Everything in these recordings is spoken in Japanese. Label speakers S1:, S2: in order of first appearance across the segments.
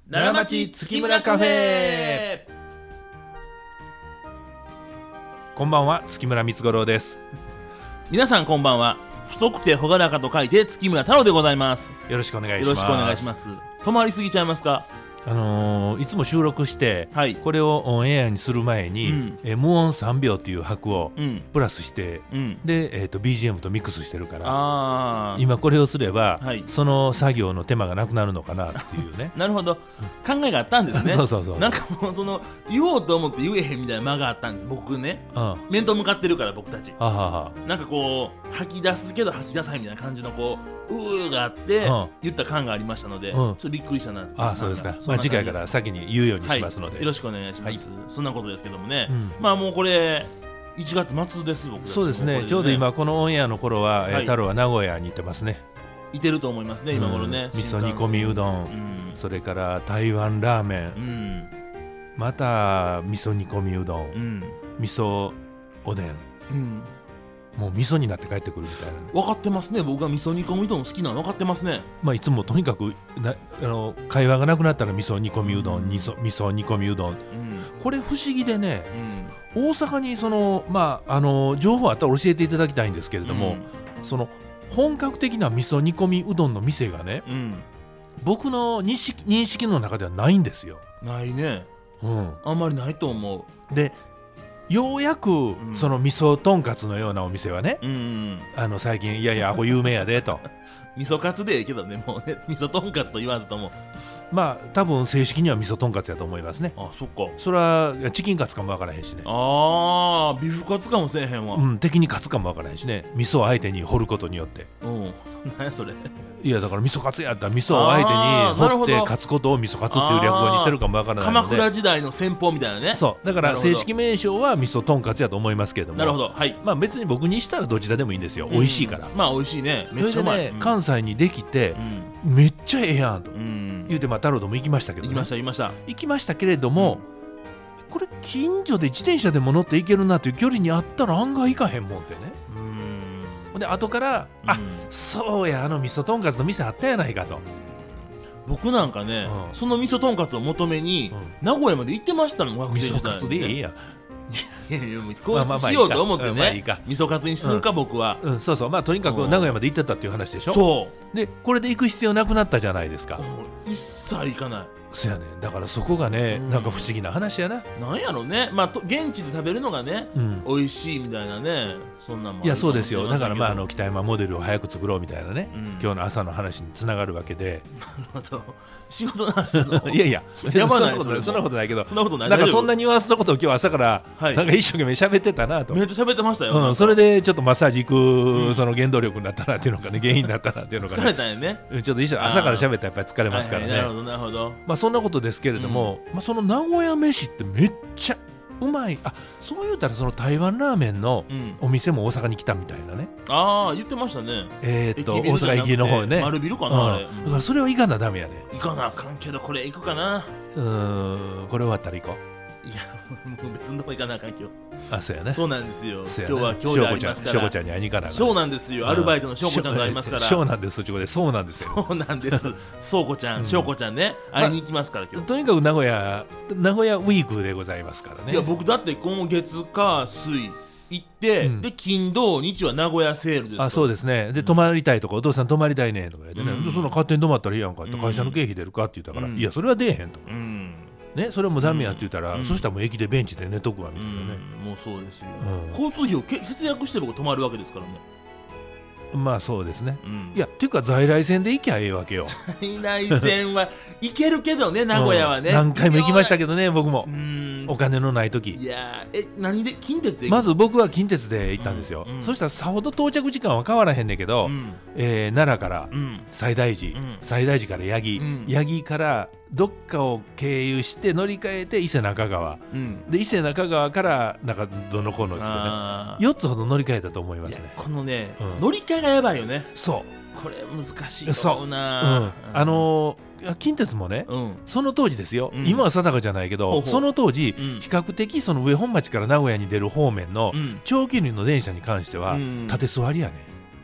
S1: 奈良町月村カフェ。
S2: こんばんは、月村光五郎です。
S1: 皆さんこんばんは。太くて朗らかと書いて月村太郎でございます。
S2: よろしくお願いします。
S1: よろしくお願いします。泊まりすぎちゃいますか？
S2: いつも収録して、
S1: はい、こ
S2: れをオンエアにする前に、無音3秒っていう拍をプラスして、で、BGM とミックスしてるから、今これをすれば、その作業の手間がなくなるのかなっていうね
S1: なるほど、考えがあったんですね
S2: そう
S1: なんかもう言おうと思って言えへんみたいな間があったんです。僕ね、面と向かってるから僕たちなんかこう吐き出すけど吐き出さないみたいな感じのこうーがあって、言った感がありましたので、ちょっとびっくりしたな。
S2: そうですか。次回から先に言うようにしますので、
S1: よろしくお願いします。そんなことですけどもね、もうこれ1月末です僕たち。
S2: そうですね。ちょうど今このオンエアの頃は、太郎は名古屋に行ってますね。
S1: いてると思いますね今頃ね。
S2: 味噌煮込みうどん、それから台湾ラーメン、また味噌煮込みうどん、味噌おでん、もう味噌になって帰ってくるみたいな、
S1: 分かってますね。僕が味噌煮込みうどん好きなの分かってますね。
S2: いつもとにかく会話がなくなったら味噌煮込みうどん、味噌煮込みうどん、これ不思議でね、大阪に情報あったら教えていただきたいんですけれども、本格的な味噌煮込みうどんの店がね、僕の認識の中ではないんですよ。
S1: ないね、あんまりないと思
S2: う。でようやくその味噌とんかつのようなお店はね、最近いやいやあこ有名やでと
S1: 味噌カツでいいけどね、もうね味噌とんかつと言わずとも
S2: 多分正式には味噌とんかつやと思いますね。
S1: そっか。
S2: それはチキンカツかもわからへんしね。
S1: ビフカツかもせえへんわ。
S2: 敵にカツかもわからへんしね。味噌を相手に掘ることによって。
S1: 何やそれ。
S2: いやだから味噌カツやったら味噌を相手に掘って勝つことを味噌カツっていう略語にしてるかもわからないので、
S1: 鎌倉時代の戦法みたいなね。
S2: そうだから正式名称は味噌とんかつやと思いますけども。
S1: なるほど、はい。
S2: 別に僕にしたらどちらでもいいんですよ。美味しいから。
S1: 美味しいね。めっちゃうまい。
S2: 関西にできてめっちゃええやんと言うて太郎とも行きましたけどね。行きましたけれども、これ近所で自転車でも乗って行けるなという距離にあったら案外行かへんもんでね。で後からそうや味噌とんかつの店あったやないかと。
S1: 僕なんかね、その味噌とんかつを求めに名古屋まで行ってましたの。
S2: 味噌カツでいいやん。
S1: こうしようと思ってね、味噌カツにするか僕は。
S2: そうとにかく名古屋まで行ってたっていう話でしょ。
S1: そう
S2: でこれで行く必要なくなったじゃないですか。
S1: 一切行かない。
S2: そうやね。だからそこがね、なんか不思議な話やな。
S1: なんやろね。現地で食べるのがね、美味しいみたいなね、そんなんもあるかもしれませんけど。
S2: いやそうですよ。だから北山モデルを早く作ろうみたいなね、今日の朝の話につながるわけで。
S1: なるほど。仕事なんですの。
S2: いやいや、
S1: やばない。
S2: そんなことないけど、
S1: そんなことない。
S2: なんかそんなニュアンスのことを今日朝からなんか一生懸命喋ってたなと。
S1: めっちゃ喋ってましたよ。
S2: それでちょっとマッサージ行くその原動力になったなっていうのかね、原因になったなっていうのかね。
S1: 疲れたんやね。
S2: ちょっと朝から喋ったらやっぱり疲れますからね。
S1: なるほどなるほど。
S2: そんなことですけれども、その名古屋飯ってめっちゃうまい。そう言うたらその台湾ラーメンのお店も大阪に来たみたいなね。
S1: 言ってましたね。
S2: 大阪駅の方ね。
S1: 丸ビルかなあれ。
S2: だからそれは行かなダメやね。
S1: 行かなあかんけどこれ行くかな。
S2: これ終わったら行こう。
S1: いやもう別のとこ行かなあかん今日。
S2: そうやね。
S1: そうなんですよ。今日は今日でありますから。
S2: しょうこちゃんに会いに行かな。
S1: そうなんですよ。アルバイトのしょうこちゃんと会いますから。
S2: そうなんです。そうなんです。
S1: そうなんです。そうこちゃん、しょうこちゃんね、会いに行きますから今日。
S2: とにかく名古屋ウィークでございますからね。
S1: いや僕だって今月火水行って、で金土日は名古屋セールですから。
S2: そうですね。で泊まりたいとかお父さん泊まりたいねとか言ってね、そんな勝手に泊まったらいいやんかって、会社の経費出るかって言ったから、いやそれは出えへんと。ね、それもダメやって言ったら、そしたらもう駅でベンチで寝とくわみたいなね。
S1: もうそうですよ。交通費を節約して僕泊まるわけですからね。
S2: そうですね。いやっていうか在来線で行きゃええわけよ。
S1: 在来線は行けるけどね、名古屋はね。
S2: 何回も行きましたけどね、僕も。お金のない時。
S1: いや何で近鉄で
S2: まず僕は近鉄で行ったんですよ。そしたらさほど到着時間は変わらへんねんけど、奈良から西大寺、西大寺から八木からどっかを経由して乗り換えて伊勢中川、で伊勢中川からなんかどのこうのってね、4つほど乗り換えたと思いますね。
S1: このね、乗り換えがやばいよね。
S2: そう
S1: これ難しいと思うな。
S2: 近鉄もね、その当時ですよ、今は定かじゃないけど、その当時、比較的その上本町から名古屋に出る方面の長距離の電車に関しては縦座りやね。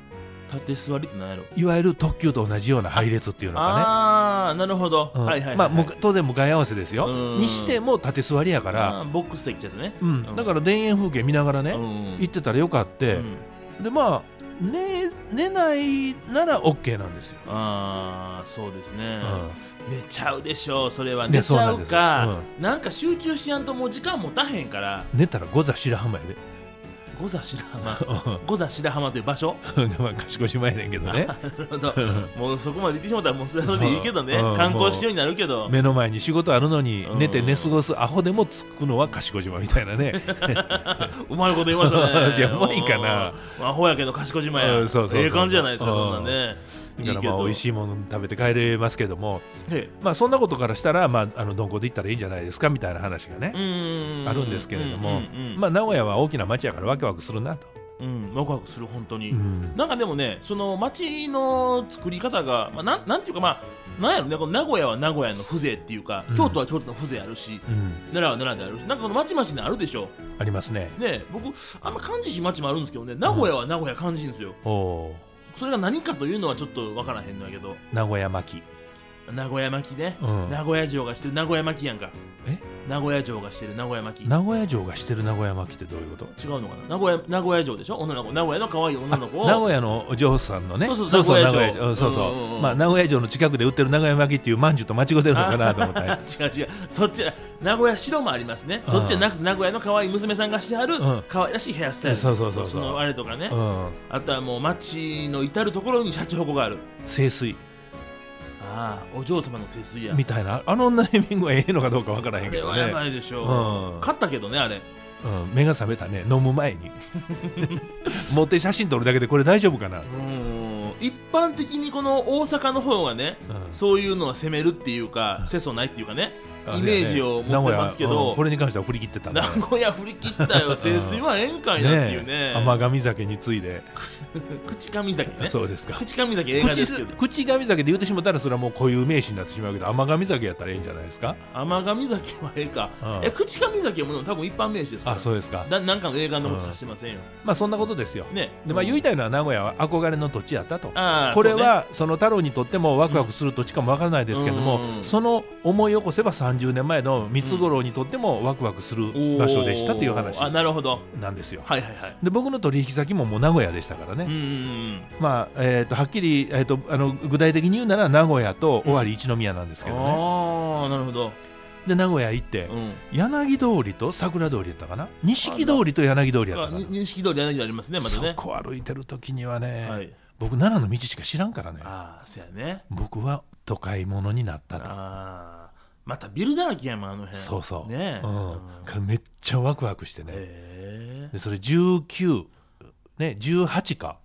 S1: 縦座りって何やろ。
S2: いわゆる特急と同じような配列っていうのかね。
S1: ああなるほど、はいはいはい、
S2: まあ当然向かい合わせですよ。にしても縦座りやから、
S1: ボックス席ですね。
S2: だから田園風景見ながらね、行ってたらよかって、でまあ寝ないなら OK なんですよ。
S1: ああそうですね、寝ちゃうでしょう。それは寝ちゃうか、なんか集中しやんともう時間持たへんから。
S2: 寝たら五座白浜やで。
S1: 五座白浜五座白浜という場所
S2: まあ賢島やねんけどね。
S1: なるほど。もうそこまで行ってしまったらもうそれでいいけどね、観光しようになるけど、
S2: 目の前に仕事あるのに寝て寝過ごすアホでも着くのは賢島みたいなね。
S1: うまいこと言いましたね。
S2: いやうまいかな。
S1: アホやけど賢島や。ええ感じじゃないですか、そんなんね。
S2: だからまあ美味しいもの食べて帰れますけども、まあそんなことからしたらまあ鈍行で行ったらいいんじゃないですかみたいな話がねあるんですけれども、まあ名古屋は大きな街やからワクワクするなと。
S1: ワクワクする本当に。なんかでもね、その街の作り方がなんていうか、まあなんやろね、この名古屋は名古屋の風情っていうか、京都は京都の風情あるし、奈良は奈良であるし、なんかこの町々にあるでしょ。
S2: ありますね。
S1: ね、僕あんま感じしい町もあるんですけどね、名古屋は名古屋感じるんですよ。それが何かというのはちょっと分からへんのやけど。
S2: 名古屋巻き。
S1: 名古屋巻きね、名古屋城がしてる名古屋巻きやんか。名古屋城がしてる名古屋巻き。
S2: 名古屋城がしてる名古屋巻きってどういうこと？
S1: 違うのかな。名古屋城でしょ、女の子。名古屋の可愛い女の子を。
S2: 名古屋のお嬢さんのね。
S1: そう名古屋城。
S2: そうそう。まあ名古屋城の近くで売ってる名古屋巻きっていうまんじゅうと間違ってるのかなと思ったら。
S1: 違う。そっち名古屋城もありますね。そっちじゃなくて名古屋の可愛い娘さんがしてある可愛らしいヘアスタイル。
S2: そう
S1: そのあれとかね。あとはもう街の至る所にシャチホコがある。
S2: 清水。
S1: お嬢様の清水や
S2: みたいな、あのネーミングはええのかどうかわからへんけどね。
S1: あれはやばいでしょ。買ったけどねあれ。
S2: 目が覚めたね、飲む前に持って写真撮るだけでこれ大丈夫かな。
S1: 一般的にこの大阪の方がね、そういうのは攻めるっていうか世相ないっていうかね、イメージを持ってますけど、
S2: これに関しては振り切ってたね。
S1: 名古屋振り切ったよ。清水は宴会だっていうね。
S2: 甘神酒に次いで
S1: 口上酒ね。
S2: そうですか。
S1: 口上酒映画ですけど、
S2: 口上酒で言ってしまったらそれはもう固有名詞になってしまうけど、甘神酒やったらいいんじゃないですか。
S1: 甘神酒はええか。口上酒も多分一般名詞ですから。
S2: そうですか。
S1: なんかの映画のことさしてませんよ。
S2: まあそんなことですよ。でまあ言いたいのは名古屋は憧れの土地やったと。
S1: こ
S2: れはその太郎にとってもワクワクする土地かもわからないですけども、その思い起こせば30年前の三つ五郎にとってもワクワクする場所でしたという話なんですよ。で僕の取引先ももう名古屋でしたからね。まあはっきり具体的に言うなら名古屋と尾張一宮なんですけどね。
S1: なるほど。
S2: で名古屋行って柳通りと桜通りやったかな、錦通りと柳通りやったかな。
S1: 錦通り柳通りありますね。またね、
S2: そこ歩いてる時にはね、僕奈良の道しか知らんからね。
S1: そうやね。僕
S2: は都会者になったと。
S1: またビルだらけやもんあの辺。
S2: そう
S1: ね。
S2: めっちゃワクワクしてね。でそれ19ね、18か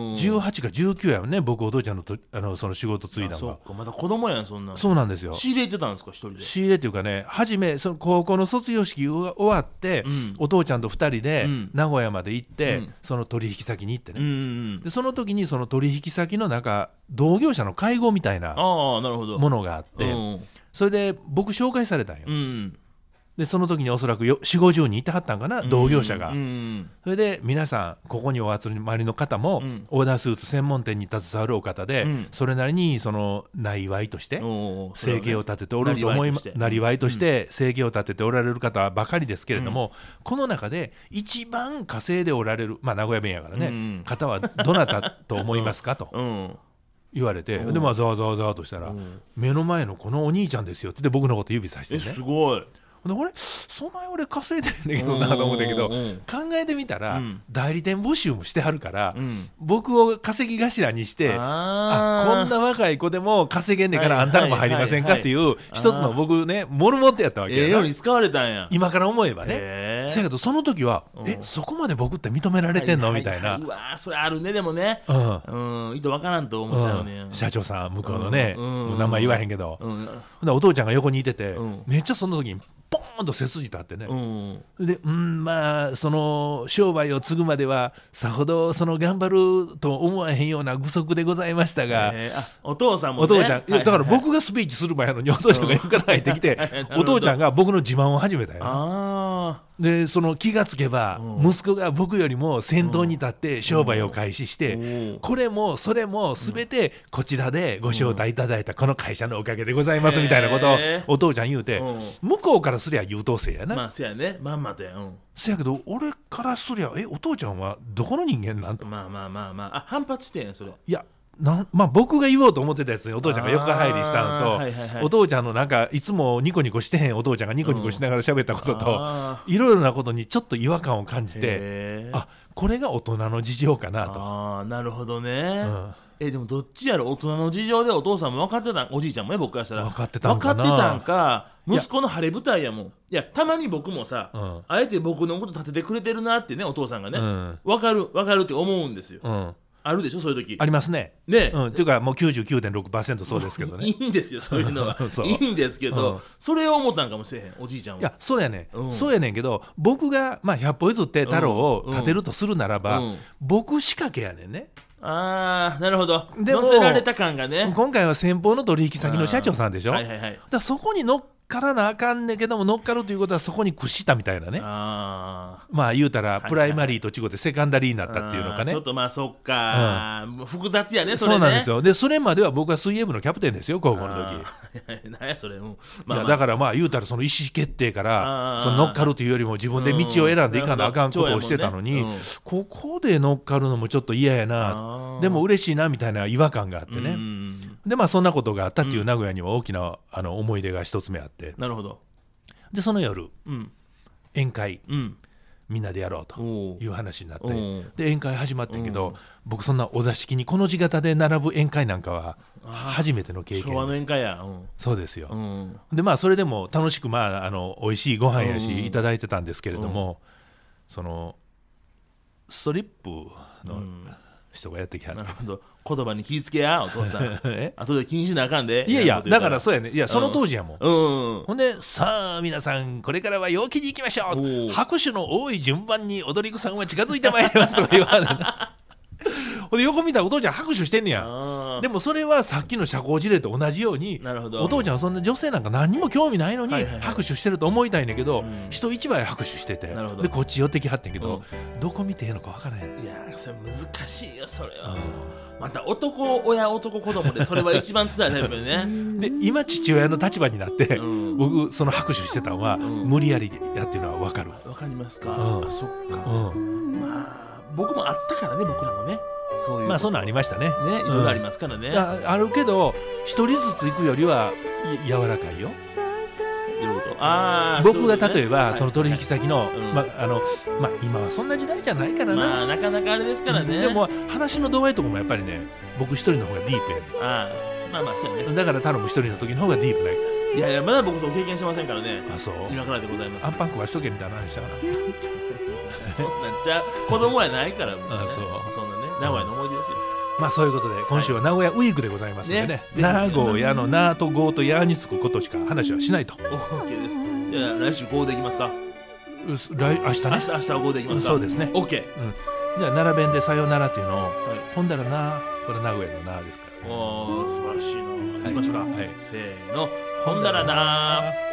S2: 19やもんね。僕お父ちゃんのその仕事継いだのが。
S1: そうか、まだ子供やん。そんな。
S2: そうなんですよ。
S1: 仕入れてたんですか一人で。
S2: 仕入れっていうかね、初めその高校の卒業式が終わって、お父ちゃんと2人で名古屋まで行って、その取引先に行ってね、でその時にその取引先のなんか同業者の会合みたいなものがあって、それで僕紹介されたんよ。でその時におそらく40-50人いてはったんかな、同業者が。それで皆さんここにお集まりの方も、オーダースーツ専門店に携わるお方で、それなりにその内々として生計を立てておると思います。なりわいとして生計を立てておられる方ばかりですけれども、この中で一番稼いでおられる、まあ名古屋弁やからね、方はどなたと思いますかと言われて、でまあざわざわざわとしたら、目の前のこのお兄ちゃんですよって僕のこと指さしてね。
S1: すごい。
S2: そんなに俺稼いでんだけどなと思ったけど、考えてみたら、代理店募集もしてはるから、僕を稼ぎ頭にして、こんな若い子でも稼げんねんからあんたらも入りませんかっていう一つの僕ねモルモットやったわけやな。
S1: ように使われたんや
S2: 今から思えばね。せやけどその時はそこまで僕って認められてんのみたいな。
S1: うわそれあるね。でもね、意図わからんと思っちゃうね。
S2: 社長さん向こうのね、名前言わへんけど、お父ちゃんが横にいてて、めっちゃその時にポーンと背筋立ってね、でまあその商売を継ぐまではさほどその頑張ると思わへんような具足でございましたが、
S1: お父さんもね、
S2: お父ちゃん、だから僕がスピーチする前やのにお父ちゃんが横から入ってきて、お父ちゃんが僕の自慢を始めたよ。 でその気がつけば息子が僕よりも先頭に立って商売を開始してこれもそれも全てこちらでご招待いただいたこの会社のおかげでございますみたいなことをお父ちゃん言うて向こうからすりゃ優等生やな。
S1: まあそうやねまんまとや
S2: せやけど俺からすりゃお父ちゃんはどこの人間なんと
S1: まあ反発してんやそれ。
S2: いやまあ、僕が言おうと思ってたやつにお父ちゃんが横入りしたのと、お父ちゃんのなんかいつもニコニコしてへんお父ちゃんがニコニコしながら喋ったことと、いろいろなことにちょっと違和感を感じてこれが大人の事情かなと。
S1: なるほどね、でもどっちやろ大人の事情でお父さんも分かってたおじいちゃんもね僕からしたら
S2: 分かってたんか
S1: 息子の晴れ舞台やもん。いやたまに僕もさ、あえて僕のこと立ててくれてるなってねお父さんがね、分かるって思うんですよ、あるでしょそういう時。
S2: ありますね。
S1: ね、
S2: っていうかもう 99.6% そうですけどね。
S1: いいんですよそういうのは。いいんですけど、それを思ったんかもしれへんおじいちゃんは。
S2: いやそうやね、そうやねんけど僕が100歩譲って太郎を立てるとするならば、僕仕掛けやねんね。
S1: なるほど。乗せられた感がね。
S2: 今回は先方の取引先の社長さんでしょ。だからそこに乗っからなあかんねんけども乗っかるということはそこに屈したみたいなね。まあ言うたらプライマリーと違ってセカンダリーになったっていうのかね。
S1: ちょっとまあそっか、複雑やねそれね。
S2: そうなんですよ。でそれまでは僕は水泳部のキャプテンですよ高校の時。
S1: 何やそれ。い
S2: やだからまあ言うたらその意思決定からその乗っかるというよりも自分で道を選んでいかなあかんことをしてたのに、ここで乗っかるのもちょっと嫌やな、でも嬉しいなみたいな違和感があってね。でそんなことがあったっていう名古屋には大きな思い出が一つ目あって。
S1: なるほど。で
S2: その夜、宴会、みんなでやろうという話になって、で宴会始まったんやけど、僕そんなお座敷にこの字型で並ぶ宴会なんかは初めての経験。
S1: 昭和の宴会や、
S2: そうですよ、でそれでも楽しく美味しいご飯やしいただいてたんですけれども、そのストリップの人がやってきはって。
S1: なるほど。言葉に気ぃつけやお父さん。後で気にしなあかんで。
S2: いやだからそうやね。いやその当時やもん。ほんでさあ皆さんこれからは陽気に行きましょう。拍手の多い順番に踊り子さんは近づいてまいりますとか言われた。ほんで横見たらお父ちゃん拍手してんねや。でもそれはさっきの社交辞令と同じように、お父ちゃんはそんな女性なんか何にも興味ないのに拍手してると思いたいねんけど、人一倍拍手してて、でこっち寄ってきはってんけど、どこ見てええのか分からへん。
S1: いやそれ難しいよそれは。また男親男子供でそれは一番辛いタイプよね。
S2: で今父親の立場になって、僕その拍手してたのは無理やりやっていうのは分かる。
S1: 分かりますか。そっか。僕もあったからね僕らもね。そういう
S2: そんなんありましたね。
S1: いろいろありますからね。
S2: あるけど一人ずつ行くよりは柔らかいよ。僕が例えばその取引先の今はそんな時代じゃないからな。
S1: なかなかあれですからね。
S2: でも話の度合いとかもやっぱりね僕一人の方がディープやね。
S1: そうやね。
S2: だから頼む一人の時の方がディープない。
S1: いやまだ僕そう経験してませんからね。
S2: そう
S1: 今からでございます。
S2: アンパン食わしとけみたいな話したから
S1: そんなんじゃ子供やないから。そんなね名古屋の思い出ですよ。
S2: そういうことで今週は名古屋ウィークでございますのでね、名古屋のナーとゴーとヤーにつくことしか話はしないと。
S1: OK です。じゃあ来週ゴーでいきますか。
S2: 明日ね。明日
S1: はゴーでいきますか。
S2: そうですね。
S1: OK。
S2: じゃあ奈良弁でさよならっていうのをほんだらな、これ名古屋のなですからね。
S1: 素晴らしいな。いきましょうか。せーの、ほんだらな。